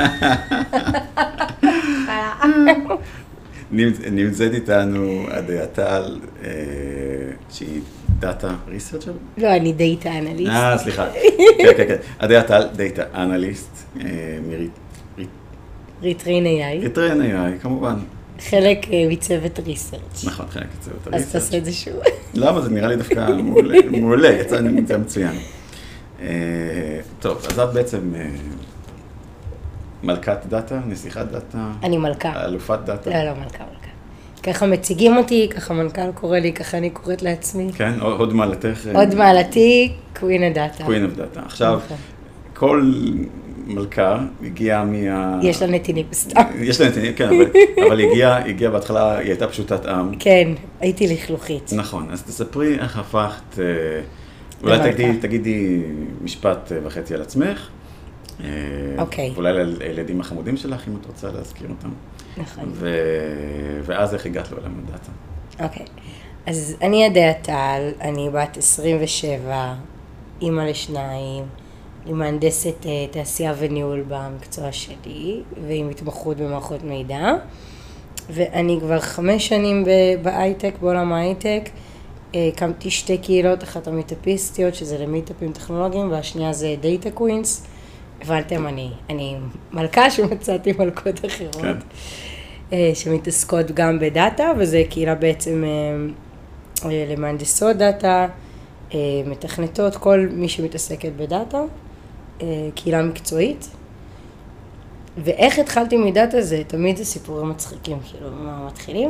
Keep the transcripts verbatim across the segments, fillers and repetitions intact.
נמצאת איתנו עדי עטל, שהיא דאטה ריסרצ'ר? לא, אני דאטה אנליסט. אה, סליחה. כן, כן, כן. עדי עטל, דאטה אנליסט, ריטריין איי איי. ריטריין איי איי, כמובן. חלק מצוות ריסרצ'. נכון, חלק מצוות הריסרצ'. אז תעשה את זה שוב. למה? זה נראה לי דווקא מעולה, יצא נמצא מצוין. טוב, אז את בעצם מלכת דאטה, נסיכת דאטה? אני מלכה. אלופת דאטה? לא, לא, מלכה, מלכה. ככה מציגים אותי, ככה מנכ"ל קורא לי, ככה אני קוראת לעצמי. כן, עוד מעלתך? עוד מעלתי, קווין הדאטה. קווין אוף דאטה. עכשיו, כל מלכה הגיעה מה... יש לה נתינים סתם. יש לה נתינים, כן, אבל הגיעה בהתחלה, היא הייתה פשוטת עם. כן, הייתי לכלוכית. נכון, אז תספרי איך הפכת, אולי תגידי משפט וחצי על עצמך. אוקיי. ואולי לילדים החמודים שלך, אם את רוצה להזכיר אותם. נכון. ואז איך הגעת לעולם הדאטה? אוקיי. אז אני עדי עטל, אני בת עשרים ושבע, אימא לשניים, אני מהנדסת תעשייה וניהול במקצוע שלי, ועם התמחות במערכות מידע. ואני כבר חמש שנים בהייטק, בעולם ההייטק. הקמתי שתי קהילות, אחת המיטאפיסטיות, שזה למיטאפים טכנולוגיים, והשנייה זה דאטה קווינס. הבנתם, אני, אני מלכה שמצאתי מלכות אחרות, כן. שמתעסקות גם בדאטה, וזה קהילה בעצם למהנדסות דאטה, מתכנתות, כל מי שמתעסקת בדאטה, קהילה מקצועית. ואיך התחלתי מדאטה זה, תמיד זה סיפורים מצחיקים, כאילו, מה מתחילים.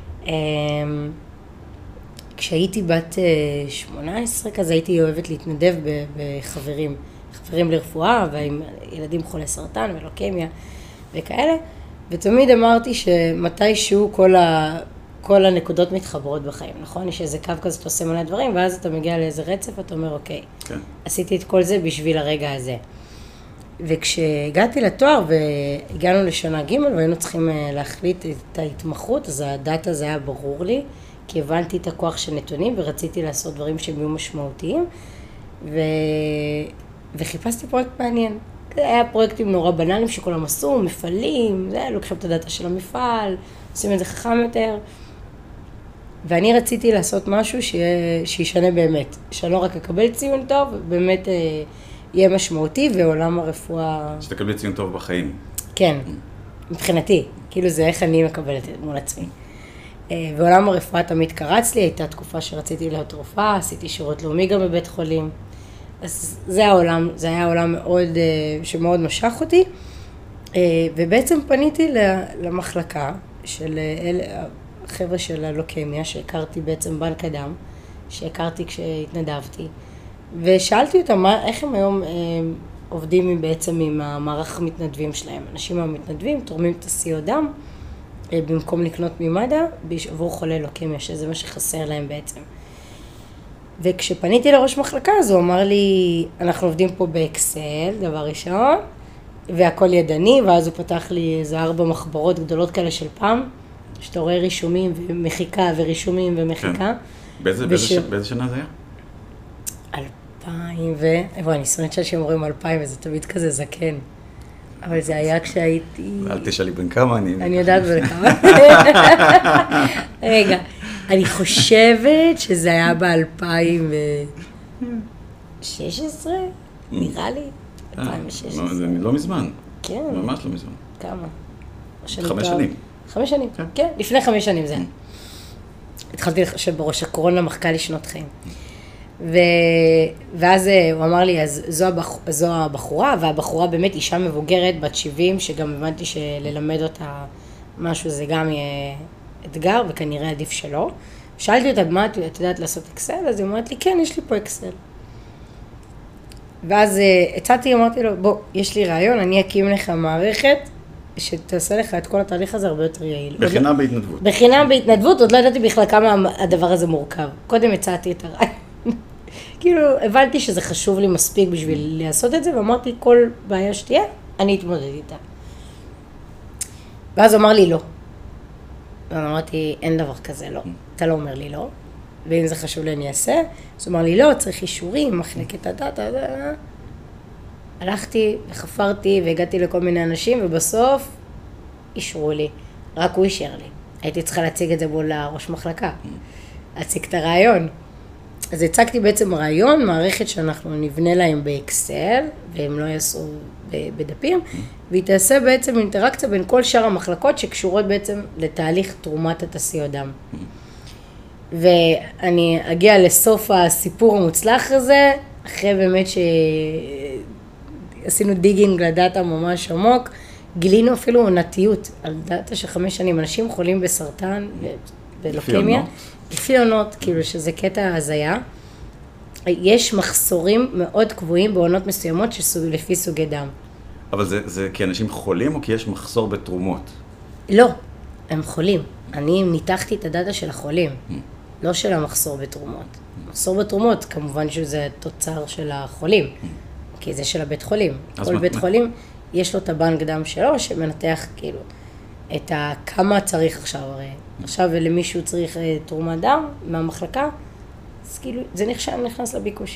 כשהייתי בת שמונה עשרה כזה, הייתי אוהבת להתנדב בחברים. חברים לרפואה, ועם ילדים חולי סרטן ולוקמיה וכאלה, ותמיד אמרתי שמתישהו כל, ה... כל הנקודות מתחברות בחיים, נכון? יש איזה קו כזה, אתה עושה מלא דברים, ואז אתה מגיע לאיזה רצף, אתה אומר, אוקיי, כן. עשיתי את כל זה בשביל הרגע הזה. וכשהגעתי לתואר והגענו לשנה ג' והיינו צריכים להחליט את ההתמחות, אז הדאטה זה היה ברור לי, כי הבנתי את הכוח של נתונים ורציתי לעשות דברים שהם יהיו משמעותיים, ו... וחיפשתי פרויקט מעניין. זה היה פרויקטים נורא בנאליים שכולם עשו, מפעלים, זה, לוקחים את הדאטה של המפעל, עושים את זה חכם יותר. ואני רציתי לעשות משהו ש... שישנה באמת, שאני לא רק אקבל ציון טוב, באמת אה, יהיה משמעותי, ועולם הרפואה... שתקבלי ציון טוב בחיים. כן, מבחינתי, כאילו זה איך אני מקבלת מול עצמי. אה, ועולם הרפואה תמיד קרץ לי, הייתה תקופה שרציתי להיות רופאה, עשיתי שירות לאומי גם בבית חולים. אז זה העולם, זה היה עולם מאוד, שמאוד משך אותי, ובעצם פניתי למחלקה של החבר'ה של הלוקמיה, שהכרתי בעצם בנק הדם, שהכרתי כשהתנדבתי, ושאלתי אותם מה, איך הם היום עובדים בעצם עם המערך המתנדבים שלהם. אנשים המתנדבים תורמים את הסיוע דם, במקום לקנות ממד"א, עבור חולי לוקמיה, שזה מה שחסר להם בעצם. וכשפניתי לראש מחלקה, אז הוא אמר לי, אנחנו עובדים פה באקסל, דבר ראשון, והכל ידני, ואז הוא פתח לי איזה ארבע מחברות גדולות כאלה של פעם, שאתה רואה רישומים ומחיקה ורישומים ומחיקה. כן. באיזה, באיזה, וש... באיזה שנה זה היה? אלפיים ו... בוא, אני שונאת שאנשים אומרים אלפיים, וזה תמיד כזה זקן. אבל זה היה כשהייתי... אל תשאלי בן כמה אני... אני יודעת בן כמה. רגע. אני חושבת שזה היה ב-אלפיים ושש עשרה, נראה לי, אלפיים ושש עשרה. זה לא מזמן. כן. ממש לא מזמן. כמה? חמש שנים. חמש שנים, כן. לפני חמש שנים זה. התחלתי לחשב בראש, הקורונה מחכה לי שנות חיים. ואז הוא אמר לי, אז זו הבחורה, והבחורה באמת אישה מבוגרת, בת שבעים, שגם הבנתי שללמד אותה משהו זה גם יהיה... אתגר, וכנראה עדיף שלא. שאלתי אותה, מה את יודעת לעשות אקסל? אז היא אומרת לי, כן, יש לי פה אקסל. ואז הצעתי, אמרתי לו, בוא, יש לי רעיון, אני אקים לך מערכת, שתעשה לך את כל התהליך הזה הרבה יותר יעיל. בחינם בהתנדבות. בחינם בהתנדבות, עוד לא ידעתי בכלל כמה הדבר הזה מורכב. קודם הצעתי את הרעיון. כאילו, הבנתי שזה חשוב לי מספיק בשביל לעשות את זה, ואמרתי, כל בעיה שתהיה, אני אתמודד איתה. ואז הוא אמר לי, לא. ואני אמרתי, אין דבר כזה, לא. אתה לא אומר לי לא, ואם זה חשוב לי אני אעשה. אז הוא אמר לי, לא, צריך אישורים, מחלקת הדאטה. הלכתי וחפרתי והגעתי לכל מיני אנשים, ובסוף אישרו לי, רק הוא אישר לי. הייתי צריכה להציג את זה מול ראש מחלקה, להציג את הרעיון. אז הצגתי בעצם רעיון, מערכת שאנחנו נבנה להם באקסל, והם לא יעשו בדפים, והיא תעשה בעצם אינטראקציה בין כל שאר המחלקות שקשורות בעצם לתהליך תרומת התעשיות דם. ואני אגיע לסוף הסיפור המוצלח הזה, אחרי באמת שעשינו דיגינג לדאטה ממש עמוק, גילינו אפילו עונתיות על דאטה של חמש שנים, אנשים חולים בסרטן ולוקמיה, לפי עונות, כאילו שזה קטע הזיה. יש מחסורים מאוד קבועים בעונות מסוימות לפי סוגי דם. אבל זה, זה כי אנשים חולים או כי יש מחסור בתרומות? לא, הם חולים. אני ניתחתי את הדאטה של החולים, לא של המחסור בתרומות. מחסור בתרומות, כמובן שזה תוצר של החולים, כי זה של הבית חולים. כל בית חולים יש לו את הבנק דם שלו, שמנתח כאילו את ה... כמה צריך עכשיו, הרי עכשיו למישהו צריך תרומת דם מהמחלקה, אז כאילו זה נכנס, נכנס לביקוש.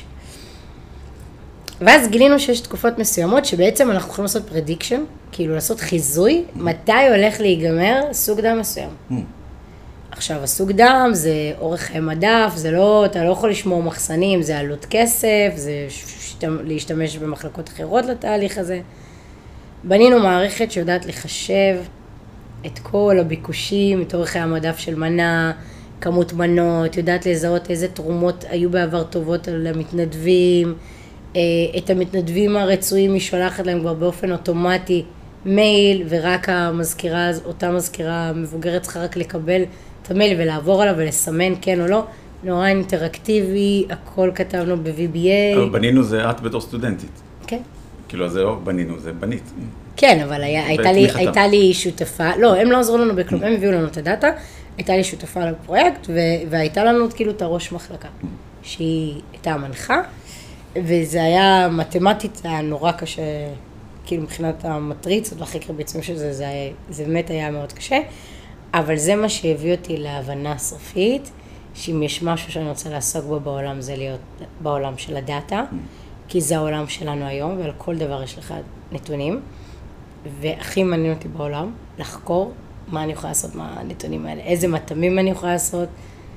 ואז גילינו שיש תקופות מסוימות שבעצם אנחנו יכולים לעשות prediction, כאילו לעשות חיזוי, מתי הולך להיגמר סוג דם מסוים. עכשיו, הסוג דם זה אורך חיי מדף, זה לא, אתה לא יכול לשמור מחסנים, זה עלות כסף, זה להשתמש במחלקות אחרות לתהליך הזה. בנינו מערכת שיודעת לחשב את כל הביקושים, את אורך חיי המדף של מנה, כמות מנות, יודעת לזהות איזה תרומות היו בעבר טובות על המתנדבים, את המתנדבים הרצויים היא שולחת להם כבר באופן אוטומטי מייל, ורק המזכירה, אותה מזכירה מבוגרת צריכה רק לקבל את המייל ולעבור עליו ולסמן כן או לא, נורא אינטראקטיבי, הכל כתבנו ב-וי בי איי. אבל בנינו זה את בתור סטודנטית. כן. כאילו זה לא בנינו, זה בנית. כן, אבל היה, הייתה, לי, הייתה לי שותפה, לא, הם לא עזרו לנו בכלום, הם הביאו לנו את הדאטה, הייתה לי שותפה לפרויקט, והייתה לנו כאילו את הראש מחלקה, שהיא הייתה המנחה, וזה היה מתמטית, זה היה נורא קשה, כאילו מבחינת המטריצות והחקר ביצועים של זה, זה, זה באמת היה מאוד קשה, אבל זה מה שהביא אותי להבנה סופית, שאם יש משהו שאני רוצה לעסוק בו בעולם, זה להיות בעולם של הדאטה, כי זה העולם שלנו היום, ועל כל דבר יש לך נתונים, והכי מעניין אותי בעולם, לחקור מה אני יכולה לעשות מהנתונים האלה, איזה מתאמים אני יכולה לעשות,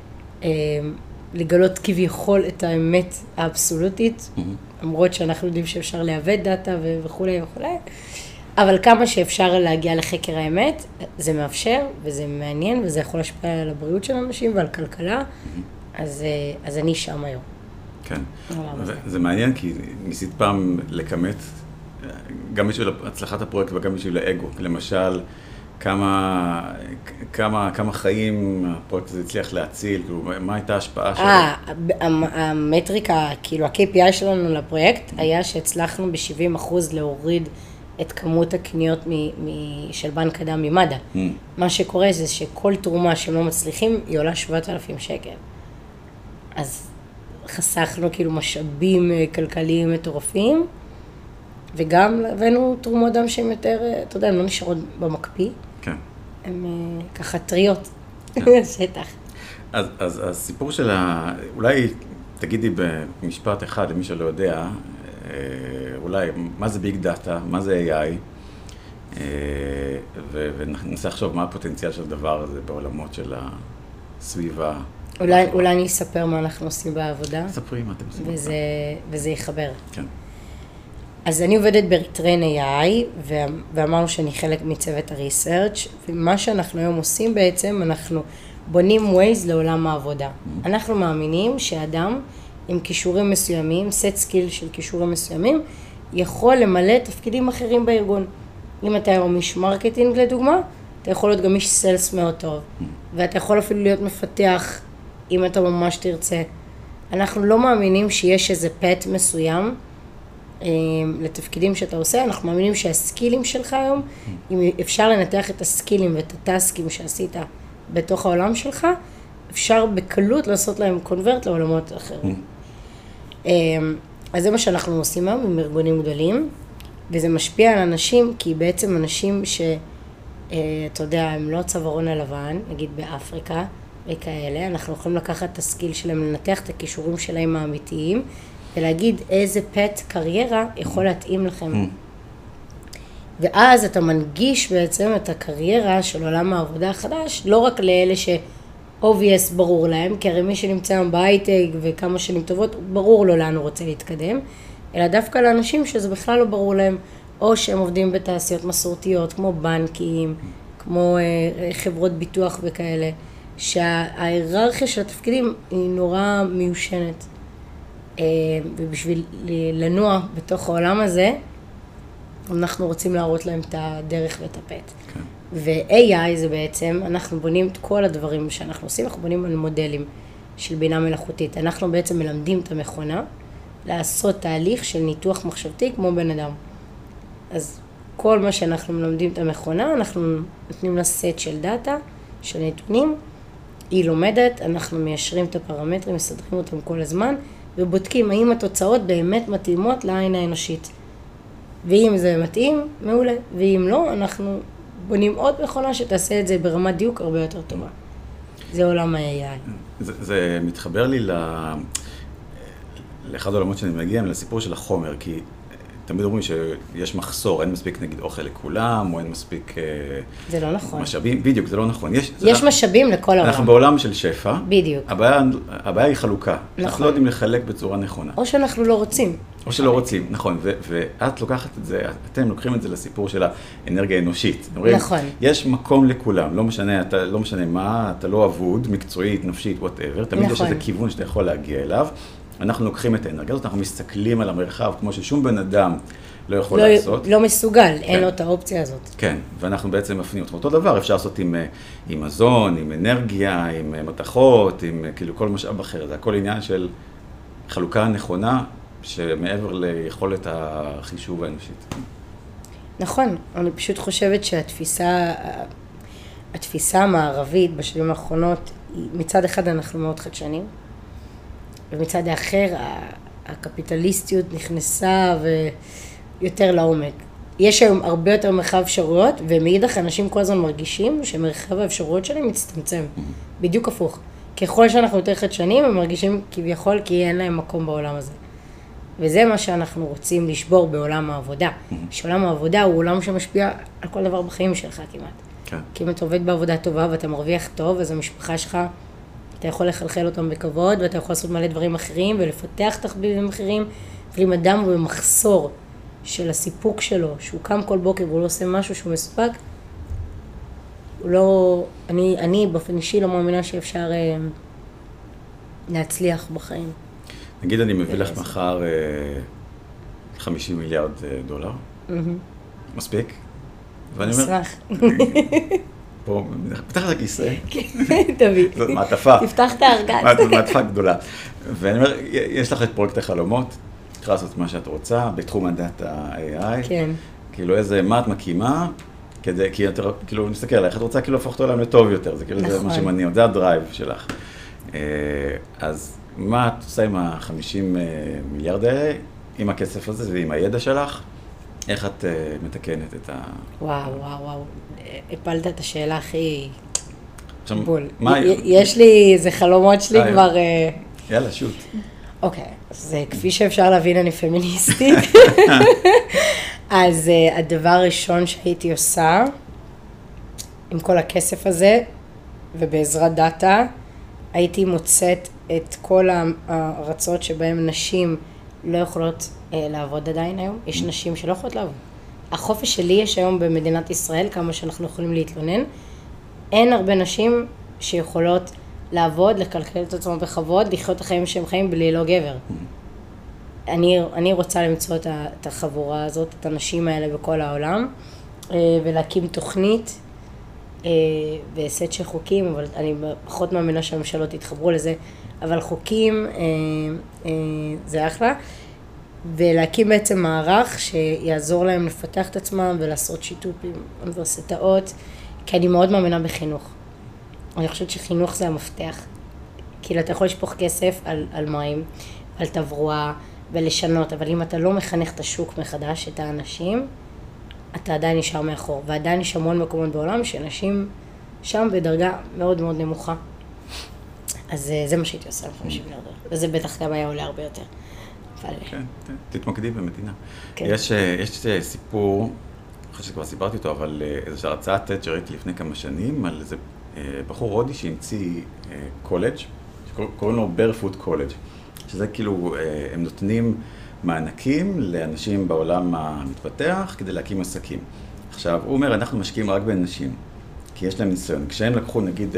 לגלות כביכול את האמת האבסולוטית, למרות שאנחנו יודעים שאפשר לעבד דאטה וכו' וכו', אבל כמה שאפשר להגיע לחקר האמת, זה מאפשר וזה מעניין וזה יכול להשפיע על הבריאות של אנשים ועל כלכלה, אז, אז אני שם היום. כן, זה מעניין כי ניסית פעם לכמת, גם בשביל הצלחת הפרויקט וגם בשביל האגו, למשל, כמה, כמה, כמה חיים הפרויקט הזה הצליח להציל, מה הייתה ההשפעה שלו? אה, המטריקה, כאילו ה-קיי פי איי שלנו לפרויקט היה שהצלחנו ב-שבעים אחוז להוריד את כמות הקניות של בנק הדם ממד"א. מה שקורה זה שכל תרומה שהם לא מצליחים, היא עולה שבעת אלפים שקל. אז חסכנו כאילו משאבים כלכליים מטורפים, וגם הבאנו תרומות דם שהן יותר, אתה יודע, הן לא נשארות במקפיא. כן. הן ככה טריות, שטח. אז, אז הסיפור של ה... אולי תגידי במשפט אחד, למי שלא יודע, אולי מה זה ביג דאטה, מה זה איי איי, וננסה לחשוב מה הפוטנציאל של הדבר הזה בעולמות של הסביבה. אולי, אולי אני אספר מה אנחנו עושים בעבודה. ספרי מה אתם עושים. וזה, וזה יחבר. כן. אז אני עובדת ב-Retrain איי איי, ואמרנו שאני חלק מצוות הריסרצ', ומה שאנחנו היום עושים בעצם, אנחנו בונים ווייז לעולם העבודה. אנחנו מאמינים שאדם עם כישורים מסוימים, set skill של כישורים מסוימים, יכול למלא תפקידים אחרים בארגון. אם אתה היום איש מרקטינג לדוגמה, אתה יכול להיות גם איש סיילס מאוד טוב, ואתה יכול אפילו להיות מפתח אם אתה ממש תרצה. אנחנו לא מאמינים שיש איזה פט מסוים לתפקידים שאתה עושה, אנחנו מאמינים שהסקילים שלך היום, אם אפשר לנתח את הסקילים ואת הטסקים שעשית בתוך העולם שלך, אפשר בקלות לעשות להם קונברט לעולמות אחרים. אז זה מה שאנחנו עושים היום עם ארגונים גדולים, וזה משפיע על אנשים, כי בעצם אנשים שאתה יודע, הם לא צווארון הלבן, נגיד באפריקה וכאלה, אנחנו יכולים לקחת את הסקיל שלהם, לנתח את הכישורים שלהם האמיתיים, ולהגיד איזה פט קריירה יכול להתאים לכם. ואז אתה מנגיש בעצם את הקריירה של עולם העבודה החדש, לא רק לאלה ש-obvious ברור להם, כי הרי מי שנמצא היום בהייטק וכמה שנים טובות, ברור לו לאן הוא רוצה להתקדם, אלא דווקא לאנשים שזה בכלל לא ברור להם, או שהם עובדים בתעשיות מסורתיות, כמו בנקים, כמו אה, חברות ביטוח וכאלה, שההיררכיה של התפקידים היא נורא מיושנת. אה, ובשביל לנוע בתוך העולם הזה, אנחנו רוצים להראות להם את הדרך ואת הפט. כן. ו-איי איי זה בעצם, אנחנו בונים את כל הדברים שאנחנו עושים, אנחנו בונים על מודלים של בינה מלאכותית. אנחנו בעצם מלמדים את המכונה לעשות תהליך של ניתוח מחשבתי כמו בן אדם. אז כל מה שאנחנו מלמדים את המכונה, אנחנו נותנים לה סט של דאטה, של נתונים, היא לומדת, אנחנו מיישרים את הפרמטרים, מסדרים אותם כל הזמן, ובודקים האם התוצאות באמת מתאימות לעין האנושית. ואם זה מתאים, מעולה. ואם לא, אנחנו בונים עוד מכונה שתעשה את זה ברמת דיוק הרבה יותר טובה. זה עולם ה-איי איי. זה, זה מתחבר לי ל... לאחד העולמות שאני מגיע, לסיפור של החומר, כי תמיד אומרים שיש מחסור, אין מספיק נגיד אוכל לכולם, או אין מספיק... זה לא נכון. משאבים, בדיוק, זה לא נכון. יש, יש משאבים לכל העולם. אנחנו בעולם של שפע. בדיוק. הבעיה, הבעיה היא חלוקה. נכון. אנחנו לא יודעים לחלק בצורה נכונה. או שאנחנו לא רוצים. או שלא רוצים, נכון. ו- ואת לוקחת את זה, אתם לוקחים את זה לסיפור של האנרגיה האנושית. נכון. יש מקום לכולם, לא משנה, אתה, לא משנה מה, אתה לא אבוד, מקצועית, נפשית, whatever. תמיד נכון. יש איזה כיוון שאתה יכול להגיע אליו. אנחנו לוקחים את האנרגיה הזאת, אנחנו מסתכלים על המרחב, כמו ששום בן אדם לא יכול לא, לעשות. לא מסוגל, כן. אין לו את האופציה הזאת. כן, ואנחנו בעצם מפנים אותו. אותו דבר אפשר לעשות עם, עם מזון, עם אנרגיה, עם מתכות, עם כאילו כל משאב אחר. זה הכל עניין של חלוקה נכונה, שמעבר ליכולת החישוב האנושית. נכון, אני פשוט חושבת שהתפיסה, התפיסה המערבית בשנים האחרונות, מצד אחד אנחנו מאוד חדשנים, ומצד האחר, הקפיטליסטיות נכנסה ויותר לעומק. יש היום הרבה יותר מרחב אפשרויות, ומאידך אנשים כל הזמן מרגישים שמרחב האפשרויות שלהם מצטמצם. בדיוק הפוך. ככל שאנחנו יותר חדשנים, הם מרגישים כביכול כי אין להם מקום בעולם הזה. וזה מה שאנחנו רוצים לשבור בעולם העבודה. שעולם העבודה הוא עולם שמשפיע על כל דבר בחיים שלך כמעט. כן. כי אם אתה עובד בעבודה טובה ואתה מרוויח טוב, אז המשפחה שלך, אתה יכול לחלחל אותם בכבוד, ואתה יכול לעשות מלא דברים אחרים, ולפתח תחביבים אחרים. ואם אדם הוא במחסור של הסיפוק שלו, שהוא קם כל בוקר והוא לא עושה משהו שהוא מסופק, הוא לא, אני, אני באופן אישי לא מאמינה שאפשר אה, להצליח בחיים. נגיד אני מביא לך מחר אה, חמישים מיליארד דולר. Mm-hmm. מספיק? ואני אומר... אשמח. פה, פתח את הכיסא. תביא. זאת מעטפה. תפתח את הארגז. מעטפה גדולה. ואני אומר, יש לך את פרויקט החלומות, תוכל לעשות מה שאת רוצה, בתחום הדאטה איי איי. כן. כאילו איזה, מה את מקימה, כדי, כי אתה כאילו נסתכל עליך, את רוצה כאילו להפוך את העולם לטוב יותר, זה כאילו זה מה שמניע, זה הדרייב שלך. אז מה את עושה עם ה-חמישים מיליארד האלה, עם הכסף הזה ועם הידע שלך? איך את uh, מתקנת את ה... וואו, וואו, וואו. הפלת את השאלה הכי... עכשיו, בול. מה... יש לי, זה חלומות שלי אה, כבר... יאללה, שוט. אוקיי, אז כפי שאפשר להבין, אני פמיניסטית. אז uh, הדבר הראשון שהייתי עושה, עם כל הכסף הזה, ובעזרת דאטה, הייתי מוצאת את כל הארצות שבהן נשים לא יכולות לעבוד עדיין היום. יש נשים שלא יכולות לעבוד. החופש שלי יש היום במדינת ישראל, כמה שאנחנו יכולים להתלונן. אין הרבה נשים שיכולות לעבוד, לקלקל את עצמם בכבוד, לחיות את החיים שהם חיים בלי לא גבר. אני, אני רוצה למצוא את החבורה הזאת, את הנשים האלה בכל העולם, ולהקים תוכנית וסט של חוקים, אבל אני פחות מאמינה שהממשלות יתחברו לזה, אבל חוקים זה אחלה. ולהקים בעצם מערך שיעזור להם לפתח את עצמם ולעשות שיתוף עם אוניברסיטאות, כי אני מאוד מאמינה בחינוך. אני חושבת שחינוך זה המפתח. כאילו אתה יכול לשפוך כסף על, על מים, על תברואה ולשנות, אבל אם אתה לא מחנך את השוק מחדש, את האנשים, אתה עדיין נשאר מאחור. ועדיין יש המון מקומות בעולם שאנשים שם בדרגה מאוד מאוד נמוכה. אז זה מה שהייתי עושה, חמישים מיליארד דולר. וזה בטח גם היה עולה הרבה יותר. כן, תתמקדי במדינה. יש סיפור, אני חושב שכבר סיפרתי אותו, אבל איזו הרצאת טד שראיתי לפני כמה שנים, על איזה בחור הודי שהמציא קולג' שקוראים לו Barefoot College, שזה כאילו, הם נותנים מענקים לאנשים בעולם המתפתח כדי להקים עסקים. עכשיו, הוא אומר, אנחנו משקיעים רק באנשים, כי יש להם ניסיון. כשהם לקחו, נגיד,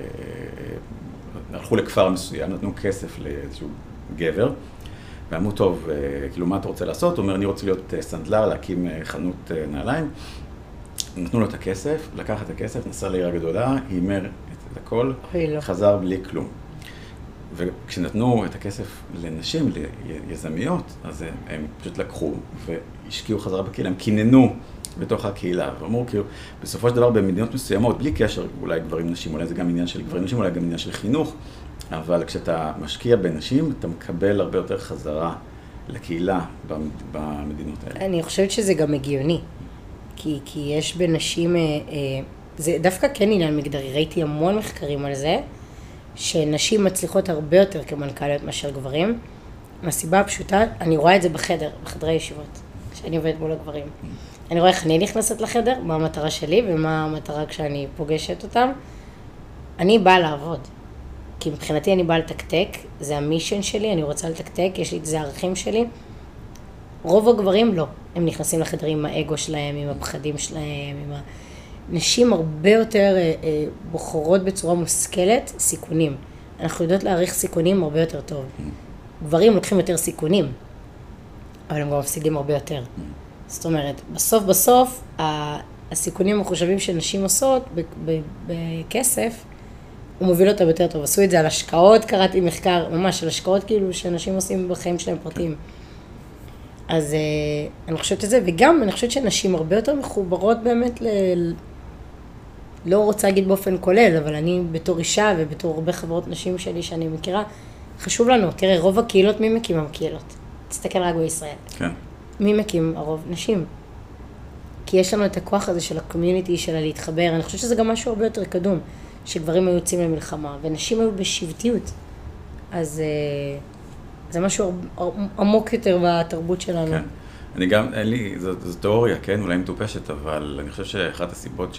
הלכו לכפר מסוים, נתנו כסף לאיזשהו גבר, ואמרו, טוב, כאילו, מה אתה רוצה לעשות? הוא אומר, אני רוצה להיות סנדלר, להקים חנות נעליים. נתנו לו את הכסף, לקח את הכסף, נסע לעיר הגדולה, הימר את הכל, חזר בלי כלום. וכשנתנו את הכסף לנשים, ליזמיות, אז הם פשוט לקחו והשקיעו חזרה בקהילה, הם כיננו בתוך הקהילה, ואמרו כאילו, בסופו של דבר במדינות מסוימות, בלי קשר, אולי גברים נשים, אולי זה גם עניין של גברים נשים, אולי גם עניין של חינוך, אבל כשאתה משקיע בנשים, אתה מקבל הרבה יותר חזרה לקהילה במדינות האלה. אני חושבת שזה גם הגיוני, כי, כי יש בנשים, אה, אה, זה דווקא כן עניין מגדרי, ראיתי המון מחקרים על זה, שנשים מצליחות הרבה יותר כמנכ"ליות מאשר גברים, מהסיבה הפשוטה, אני רואה את זה בחדר, בחדרי ישיבות, כשאני עובדת מול הגברים. אני רואה איך אני נכנסת לחדר, מה המטרה שלי ומה המטרה כשאני פוגשת אותם. אני באה לעבוד, כי מבחינתי אני באה לתקתק, זה המישן שלי, אני רוצה לתקתק, יש לי את זה הערכים שלי. רוב הגברים לא, הם נכנסים לחדרים עם האגו שלהם, עם הפחדים שלהם, עם ה... נשים הרבה יותר אה, אה, בוחרות בצורה מושכלת סיכונים. אנחנו יודעות להעריך סיכונים הרבה יותר טוב. גברים לוקחים יותר סיכונים, אבל הם גם מפסידים הרבה יותר. זאת אומרת, בסוף בסוף, הסיכונים המחושבים שנשים עושות בכסף, הוא מוביל אותם יותר טוב. עשו את זה על השקעות, קראתי מחקר, ממש, על השקעות כאילו שאנשים עושים בחיים שלהם פרטיים. אז אני חושבת את זה, וגם אני חושבת שנשים הרבה יותר מחוברות באמת ל... לא רוצה להגיד באופן כולל, אבל אני בתור אישה ובתור הרבה חברות נשים שלי שאני מכירה, חשוב לנו, תראה, רוב הקהילות, מי מקים הקהילות? תסתכל רק בישראל. כן. מי מקים הרוב? נשים. כי יש לנו את הכוח הזה של הקומיוניטי, של להתחבר, אני חושבת שזה גם משהו הרבה יותר קדום, שגברים היו יוצאים למלחמה, ונשים היו בשבטיות. אז זה משהו עמוק יותר בתרבות שלנו. כן. אני גם, אין לי, זו, זו תיאוריה, כן, אולי מטופשת, אבל אני חושב שאחת הסיבות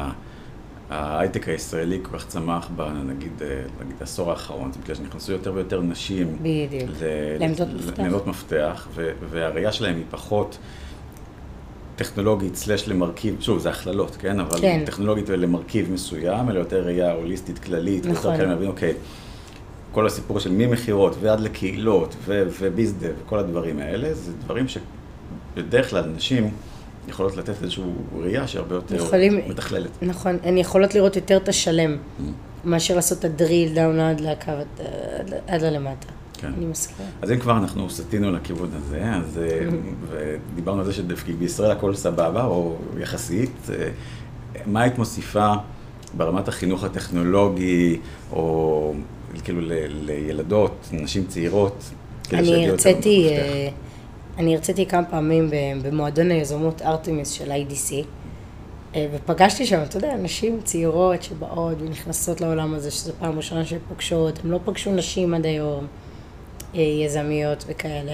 שההייטק הישראלי כל כך צמח ב, נגיד, נגיד, העשור האחרון, זה בגלל שנכנסו יותר ויותר נשים בדיוק. לעמדות מפתח. לעמדות מפתח, והראייה שלהם היא פחות טכנולוגית סלש למרכיב, שוב, זה הכללות, כן, אבל כן. טכנולוגית למרכיב מסוים, אלא יותר ראייה הוליסטית, כללית, נכון. ויותר כאלה מבין, אוקיי, כל הסיפור של ממחירות ועד לקהילות וביזדב וכל הדברים האלה, זה דברים שבדרך כלל נשים יכולות לתת איזושהי ראייה שהרבה יותר יכולים, מתכללת. נכון, הן יכולות לראות יותר את השלם, mm. מאשר לעשות את הדריל דאון עד לקו, עד, עד ללמטה. כן. אני מסכימה. אז אם כבר אנחנו סטינו לכיוון הזה, אז ודיברנו על זה שבישראל הכל סבבה או יחסית, מה היית מוסיפה ברמת החינוך הטכנולוגי או כאילו ל, לילדות, נשים צעירות? אני הרציתי, אני הרציתי כמה פעמים במועדון היזמות ארטמיס של איי די סי, ופגשתי שם, אתה יודע, נשים צעירות שבאות ונכנסות לעולם הזה, שזו פעם ראשונה שפגשות, הם לא פגשו נשים עד היום, יזמיות וכאלה.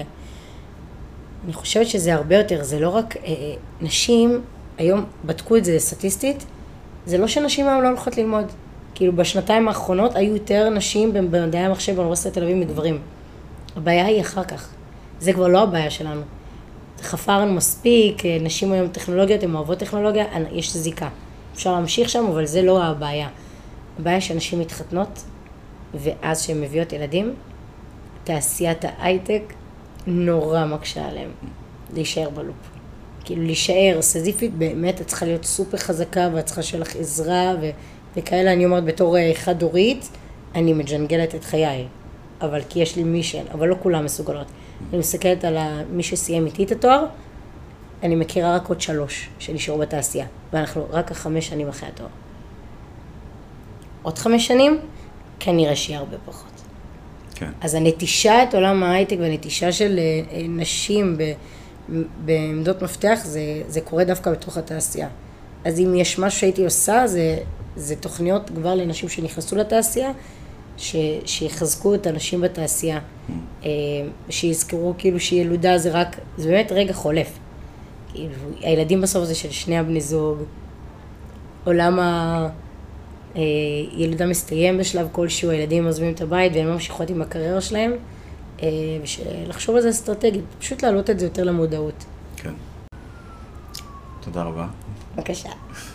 אני חושבת שזה הרבה יותר, זה לא רק נשים, היום בדקו את זה סטטיסטית, זה לא שנשים היום לא הולכות ללמוד. כאילו בשנתיים האחרונות היו יותר נשים במדעי המחשב באוניברסיטת תל אביב מגברים. הבעיה היא אחר כך. זה כבר לא הבעיה שלנו. חפרנו מספיק, נשים היום טכנולוגיות, הן אוהבות טכנולוגיה, יש זיקה. אפשר להמשיך שם, אבל זה לא הבעיה. הבעיה שנשים מתחתנות, ואז שהן מביאות ילדים, תעשיית ההייטק נורא מקשה עליהם להישאר בלופ. כאילו להישאר, סזיפית באמת, את צריכה להיות סופר חזקה, ואת צריכה שלך עזרה, ו... וכאלה אני אומרת בתור חד-הורית, אני מג'נגלת את חיי, אבל כי יש לי מישן, אבל לא כולם מסוגלות. אני מסתכלת על מי שסיים איתי את התואר, אני מכירה רק עוד שלוש שנשארו בתעשייה, ואנחנו רק החמש שנים אחרי התואר. עוד חמש שנים, כנראה שיהיה הרבה פחות. כן. אז הנטישה את עולם ההייטק והנטישה של נשים בעמדות מפתח, זה, זה קורה דווקא בתוך התעשייה. אז אם יש משהו שהייתי עושה, זה, זה תוכניות כבר לנשים שנכנסו לתעשייה, ש, שיחזקו את האנשים בתעשייה, אה, שיזכרו כאילו שילודה זה רק, זה באמת רגע חולף. כאילו, הילדים בסוף זה של שני הבני זוג, עולם הילודה מסתיים בשלב כלשהו, הילדים עוזבים את הבית והם ממשיכות עם הקריירה שלהם, ולחשוב על זה אסטרטגית, פשוט להעלות את זה יותר למודעות. כן. תודה רבה. בבקשה.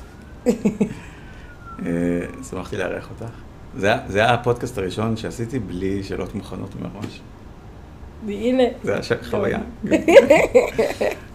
שמחתי לארח אותך. זה, זה היה הפודקאסט הראשון שעשיתי בלי שאלות מוכנות מראש. והנה. זה היה חוויה.